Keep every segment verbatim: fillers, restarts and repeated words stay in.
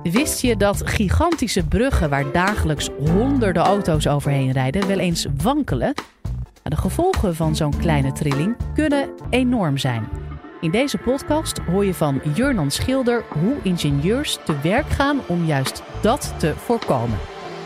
Wist je dat gigantische bruggen waar dagelijks honderden auto's overheen rijden wel eens wankelen? De gevolgen van zo'n kleine trilling kunnen enorm zijn. In deze podcast hoor je van Jurnan Schilder hoe ingenieurs te werk gaan om juist dat te voorkomen.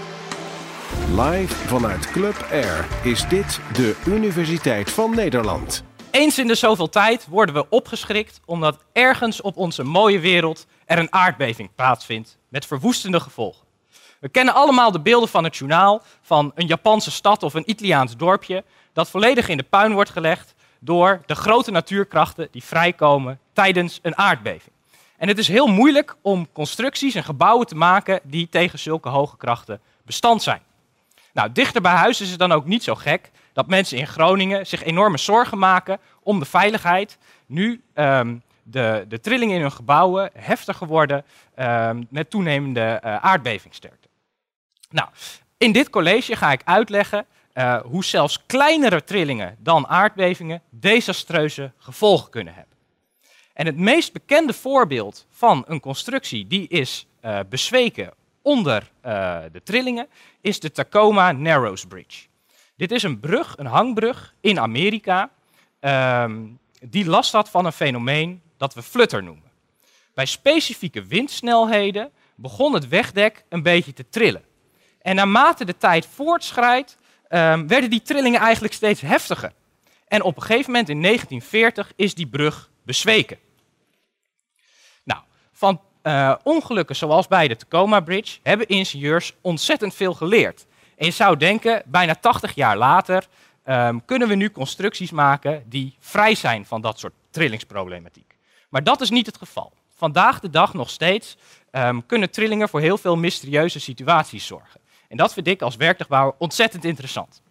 Live vanuit Club Air is dit de Universiteit van Nederland. Eens in de zoveel tijd worden we opgeschrikt omdat ergens op onze mooie wereld er een aardbeving plaatsvindt met verwoestende gevolgen. We kennen allemaal de beelden van het journaal van een Japanse stad of een Italiaans dorpje dat volledig in de puin wordt gelegd door de grote natuurkrachten die vrijkomen tijdens een aardbeving. En het is heel moeilijk om constructies en gebouwen te maken die tegen zulke hoge krachten bestand zijn. Nou, dichter bij huis is het dan ook niet zo gek dat mensen in Groningen zich enorme zorgen maken om de veiligheid. Nu um, de, de trillingen in hun gebouwen heftiger worden um, met toenemende uh, aardbevingssterkte. Nou, in dit college ga ik uitleggen uh, hoe zelfs kleinere trillingen dan aardbevingen desastreuze gevolgen kunnen hebben. En het meest bekende voorbeeld van een constructie die is uh, bezweken onder uh, de trillingen is de Tacoma Narrows Bridge. Dit is een brug, een hangbrug in Amerika, um, die last had van een fenomeen dat we flutter noemen. Bij specifieke windsnelheden begon het wegdek een beetje te trillen. En naarmate de tijd voortschrijdt, um, werden die trillingen eigenlijk steeds heftiger. En op een gegeven moment in negentien veertig is die brug bezweken. Nou, van uh, ongelukken zoals bij de Tacoma Bridge hebben ingenieurs ontzettend veel geleerd. En je zou denken, bijna tachtig jaar later um, kunnen we nu constructies maken die vrij zijn van dat soort trillingsproblematiek. Maar dat is niet het geval. Vandaag de dag nog steeds um, kunnen trillingen voor heel veel mysterieuze situaties zorgen. En dat vind ik als werktuigbouwer ontzettend interessant.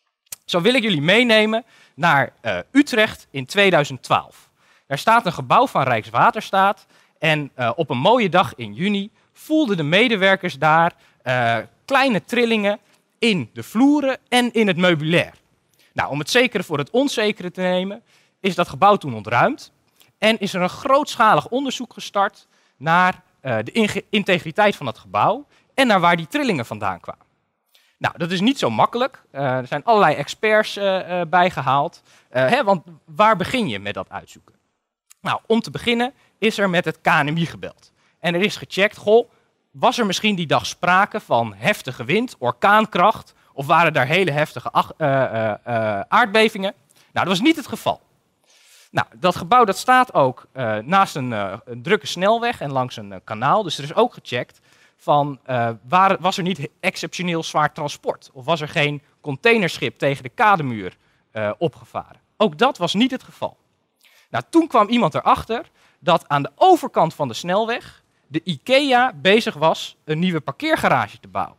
Zo wil ik jullie meenemen naar uh, Utrecht in tweeduizend twaalf. Daar staat een gebouw van Rijkswaterstaat en uh, op een mooie dag in juni voelden de medewerkers daar uh, kleine trillingen in de vloeren en in het meubilair. Nou, om het zekere voor het onzekere te nemen, is dat gebouw toen ontruimd en is er een grootschalig onderzoek gestart naar uh, de integriteit van het gebouw en naar waar die trillingen vandaan kwamen. Nou, dat is niet zo makkelijk. Uh, er zijn allerlei experts uh, uh, bijgehaald. Uh, hè, want waar begin je met dat uitzoeken? Nou, om te beginnen is er met het K N M I gebeld. En er is gecheckt, goh, was er misschien die dag sprake van heftige wind, orkaankracht, of waren daar hele heftige uh, uh, uh, aardbevingen? Nou, dat was niet het geval. Nou, dat gebouw dat staat ook uh, naast een, uh, een drukke snelweg en langs een uh, kanaal, dus er is ook gecheckt van, uh, waar, was er niet exceptioneel zwaar transport? Of was er geen containerschip tegen de kademuur uh, opgevaren? Ook dat was niet het geval. Nou, toen kwam iemand erachter dat aan de overkant van de snelweg de IKEA bezig was een nieuwe parkeergarage te bouwen.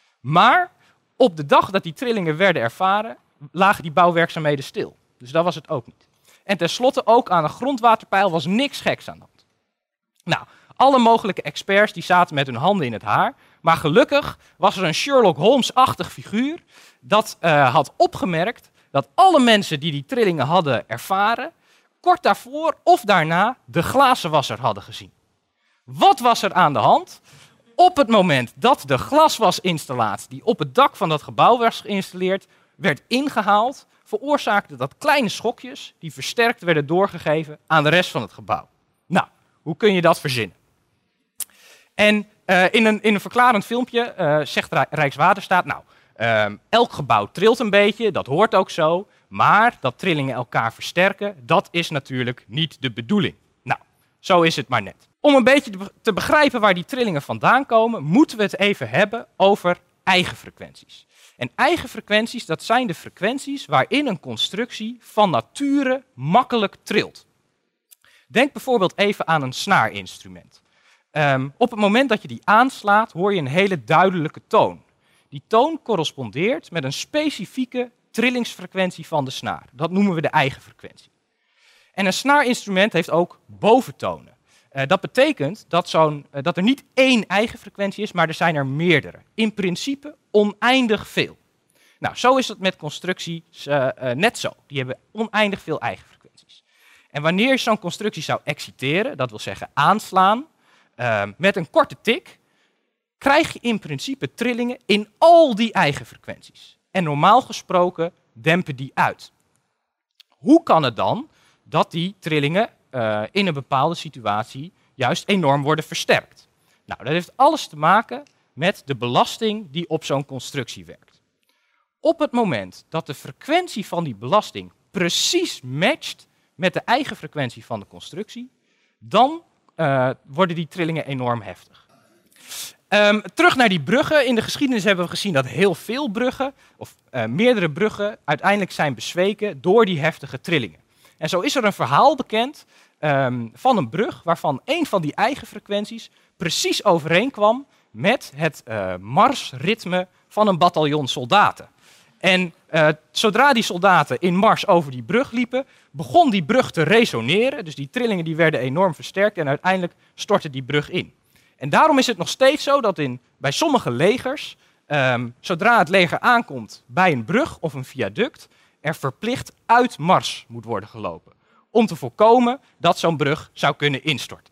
Maar op de dag dat die trillingen werden ervaren, lagen die bouwwerkzaamheden stil. Dus dat was het ook niet. En tenslotte ook aan een grondwaterpeil was niks geks aan de hand. Nou, alle mogelijke experts die zaten met hun handen in het haar. Maar gelukkig was er een Sherlock Holmes-achtig figuur dat uh, had opgemerkt dat alle mensen die die trillingen hadden ervaren, kort daarvoor of daarna de glazenwasser hadden gezien. Wat was er aan de hand? Op het moment dat de glaswasinstallatie die op het dak van dat gebouw was geïnstalleerd, werd ingehaald, veroorzaakte dat kleine schokjes die versterkt werden doorgegeven aan de rest van het gebouw. Nou, hoe kun je dat verzinnen? En uh, in, een, in een verklarend filmpje uh, zegt Rijkswaterstaat, nou, uh, elk gebouw trilt een beetje, dat hoort ook zo, maar dat trillingen elkaar versterken, dat is natuurlijk niet de bedoeling. Nou, zo is het maar net. Om een beetje te begrijpen waar die trillingen vandaan komen, moeten we het even hebben over eigen frequenties. En eigen frequenties, dat zijn de frequenties waarin een constructie van nature makkelijk trilt. Denk bijvoorbeeld even aan een snaarinstrument. Um, op het moment dat je die aanslaat, hoor je een hele duidelijke toon. Die toon correspondeert met een specifieke trillingsfrequentie van de snaar. Dat noemen we de eigen frequentie. En een snaarinstrument heeft ook boventonen. Uh, dat betekent dat, zo'n, uh, dat er niet één eigen frequentie is, maar er zijn er meerdere. In principe oneindig veel. Nou, zo is het met constructies uh, uh, net zo. Die hebben oneindig veel eigen frequenties. En wanneer je zo'n constructie zou exciteren, dat wil zeggen aanslaan, uh, met een korte tik krijg je in principe trillingen in al die eigen frequenties. En normaal gesproken dempen die uit. Hoe kan het dan dat die trillingen uh, in een bepaalde situatie juist enorm worden versterkt? Nou, dat heeft alles te maken met de belasting die op zo'n constructie werkt. Op het moment dat de frequentie van die belasting precies matcht met de eigen frequentie van de constructie, dan uh, worden die trillingen enorm heftig. Um, terug naar die bruggen. In de geschiedenis hebben we gezien dat heel veel bruggen, of uh, meerdere bruggen, uiteindelijk zijn bezweken door die heftige trillingen. En zo is er een verhaal bekend um, van een brug waarvan een van die eigen frequenties precies overeenkwam met het uh, marsritme van een bataljon soldaten. En uh, zodra die soldaten in mars over die brug liepen, begon die brug te resoneren. Dus die trillingen die werden enorm versterkt en uiteindelijk stortte die brug in. En daarom is het nog steeds zo dat in, bij sommige legers, um, zodra het leger aankomt bij een brug of een viaduct, er verplicht uit mars moet worden gelopen. Om te voorkomen dat zo'n brug zou kunnen instorten.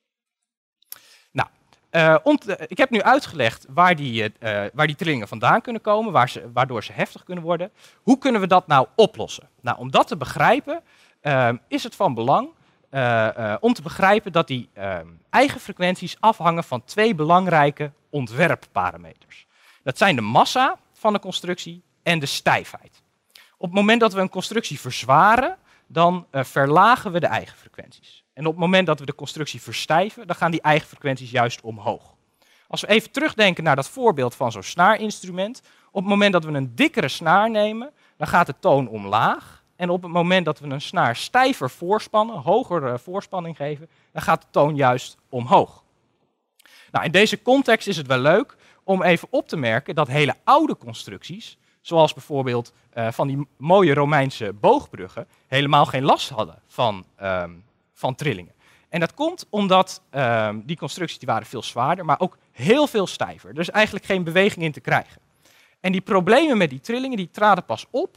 Nou, uh, ont, uh, ik heb nu uitgelegd waar die, uh, waar die trillingen vandaan kunnen komen, waar ze, waardoor ze heftig kunnen worden. Hoe kunnen we dat nou oplossen? Nou, om dat te begrijpen uh, is het van belang Uh, uh, om te begrijpen dat die uh, eigen frequenties afhangen van twee belangrijke ontwerpparameters. Dat zijn de massa van de constructie en de stijfheid. Op het moment dat we een constructie verzwaren, dan uh, verlagen we de eigen frequenties. En op het moment dat we de constructie verstijven, dan gaan die eigen frequenties juist omhoog. Als we even terugdenken naar dat voorbeeld van zo'n snaarinstrument, op het moment dat we een dikkere snaar nemen, dan gaat de toon omlaag. En op het moment dat we een snaar stijver voorspannen, hoger voorspanning geven, dan gaat de toon juist omhoog. Nou, in deze context is het wel leuk om even op te merken dat hele oude constructies, zoals bijvoorbeeld uh, van die mooie Romeinse boogbruggen, helemaal geen last hadden van, um, van trillingen. En dat komt omdat um, die constructies die waren veel zwaarder, maar ook heel veel stijver. Er is eigenlijk geen beweging in te krijgen. En die problemen met die trillingen die traden pas op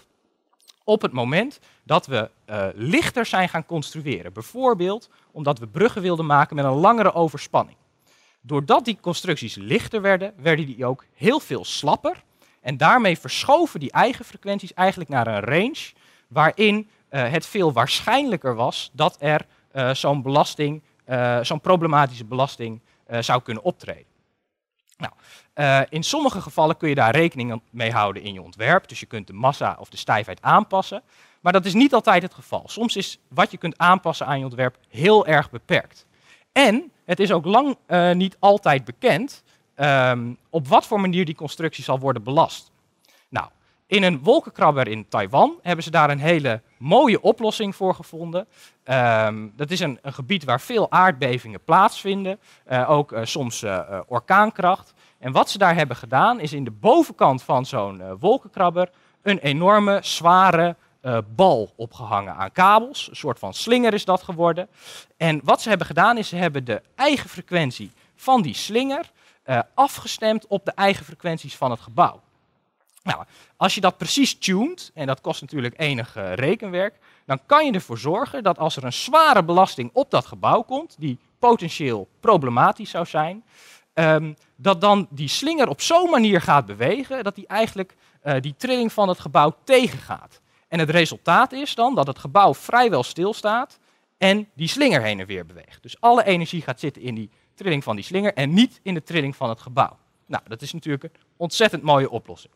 op het moment dat we uh, lichter zijn gaan construeren. Bijvoorbeeld omdat we bruggen wilden maken met een langere overspanning. Doordat die constructies lichter werden, werden die ook heel veel slapper. En daarmee verschoven die eigen frequenties eigenlijk naar een range waarin uh, het veel waarschijnlijker was dat er uh, zo'n belasting, uh, zo'n problematische belasting uh, zou kunnen optreden. Nou, uh, in sommige gevallen kun je daar rekening mee houden in je ontwerp. Dus je kunt de massa of de stijfheid aanpassen. Maar dat is niet altijd het geval. Soms is wat je kunt aanpassen aan je ontwerp heel erg beperkt. En het is ook lang uh, niet altijd bekend um, op wat voor manier die constructie zal worden belast. Nou, in een wolkenkrabber in Taiwan hebben ze daar een hele mooie oplossing voor gevonden. Um, dat is een, een gebied waar veel aardbevingen plaatsvinden, uh, ook uh, soms uh, uh, orkaankracht. En wat ze daar hebben gedaan is in de bovenkant van zo'n uh, wolkenkrabber een enorme, zware uh, bal opgehangen aan kabels. Een soort van slinger is dat geworden. En wat ze hebben gedaan is ze hebben de eigen frequentie van die slinger uh, afgestemd op de eigen frequenties van het gebouw. Nou, als je dat precies tuned, en dat kost natuurlijk enig uh, rekenwerk, dan kan je ervoor zorgen dat als er een zware belasting op dat gebouw komt, die potentieel problematisch zou zijn, um, dat dan die slinger op zo'n manier gaat bewegen, dat die eigenlijk uh, die trilling van het gebouw tegengaat. En het resultaat is dan dat het gebouw vrijwel stilstaat en die slinger heen en weer beweegt. Dus alle energie gaat zitten in die trilling van die slinger en niet in de trilling van het gebouw. Nou, dat is natuurlijk een ontzettend mooie oplossing.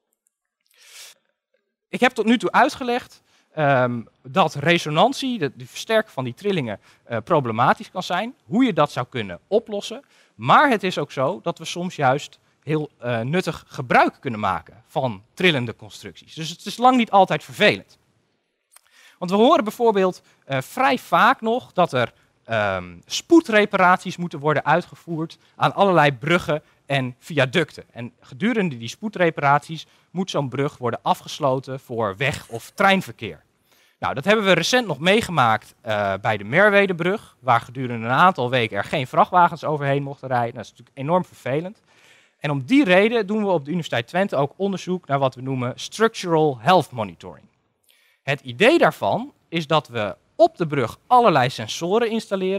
Ik heb tot nu toe uitgelegd um, dat resonantie, de, de versterken van die trillingen, uh, problematisch kan zijn. Hoe je dat zou kunnen oplossen. Maar het is ook zo dat we soms juist heel uh, nuttig gebruik kunnen maken van trillende constructies. Dus het is lang niet altijd vervelend. Want we horen bijvoorbeeld uh, vrij vaak nog dat er um, spoedreparaties moeten worden uitgevoerd aan allerlei bruggen en viaducten. En gedurende die spoedreparaties moet zo'n brug worden afgesloten voor weg- of treinverkeer. Nou, dat hebben we recent nog meegemaakt uh, bij de Merwedebrug, waar gedurende een aantal weken er geen vrachtwagens overheen mochten rijden. Dat is natuurlijk enorm vervelend. En om die reden doen we op de Universiteit Twente ook onderzoek naar wat we noemen Structural Health Monitoring. Het idee daarvan is dat we op de brug allerlei sensoren installeren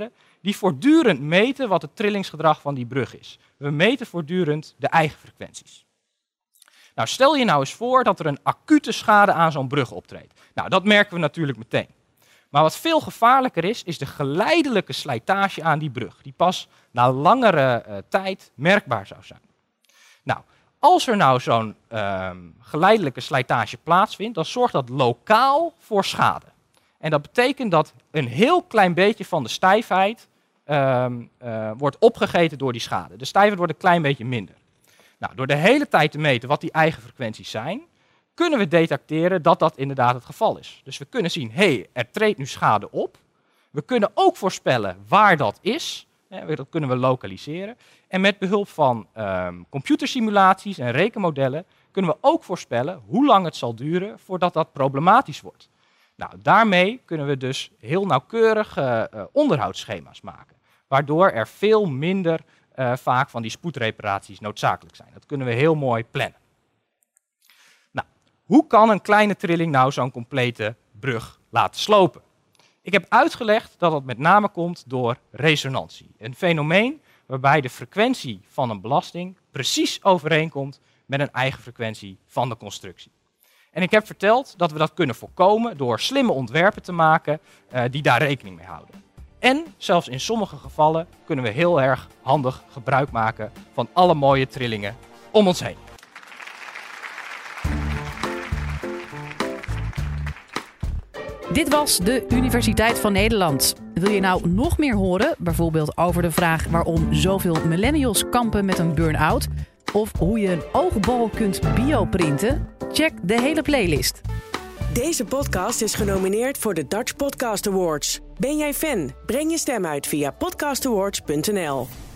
die voortdurend meten wat het trillingsgedrag van die brug is. We meten voortdurend de eigen frequenties. Nou, stel je nou eens voor dat er een acute schade aan zo'n brug optreedt. Nou, dat merken we natuurlijk meteen. Maar wat veel gevaarlijker is, is de geleidelijke slijtage aan die brug. Die pas na langere uh, tijd merkbaar zou zijn. Nou, als er nou zo'n uh, geleidelijke slijtage plaatsvindt, dan zorgt dat lokaal voor schade. En dat betekent dat een heel klein beetje van de stijfheid uh, uh, wordt opgegeten door die schade. De stijfheid wordt een klein beetje minder. Nou, door de hele tijd te meten wat die eigen frequenties zijn, kunnen we detecteren dat dat inderdaad het geval is. Dus we kunnen zien, hé, hey, er treedt nu schade op. We kunnen ook voorspellen waar dat is. Dat kunnen we lokaliseren. En met behulp van um, computersimulaties en rekenmodellen kunnen we ook voorspellen hoe lang het zal duren voordat dat problematisch wordt. Nou, daarmee kunnen we dus heel nauwkeurig uh, uh, onderhoudsschema's maken, waardoor er veel minder uh, vaak van die spoedreparaties noodzakelijk zijn. Dat kunnen we heel mooi plannen. Nou, hoe kan een kleine trilling nou zo'n complete brug laten slopen? Ik heb uitgelegd dat dat met name komt door resonantie. Een fenomeen waarbij de frequentie van een belasting precies overeenkomt met een eigen frequentie van de constructie. En ik heb verteld dat we dat kunnen voorkomen door slimme ontwerpen te maken uh, die daar rekening mee houden. En zelfs in sommige gevallen kunnen we heel erg handig gebruik maken van alle mooie trillingen om ons heen. Dit was de Universiteit van Nederland. Wil je nou nog meer horen, bijvoorbeeld over de vraag waarom zoveel millennials kampen met een burn-out, of hoe je een oogbal kunt bioprinten? Check de hele playlist. Deze podcast is genomineerd voor de Dutch Podcast Awards. Ben jij fan? Breng je stem uit via podcast awards punt n l.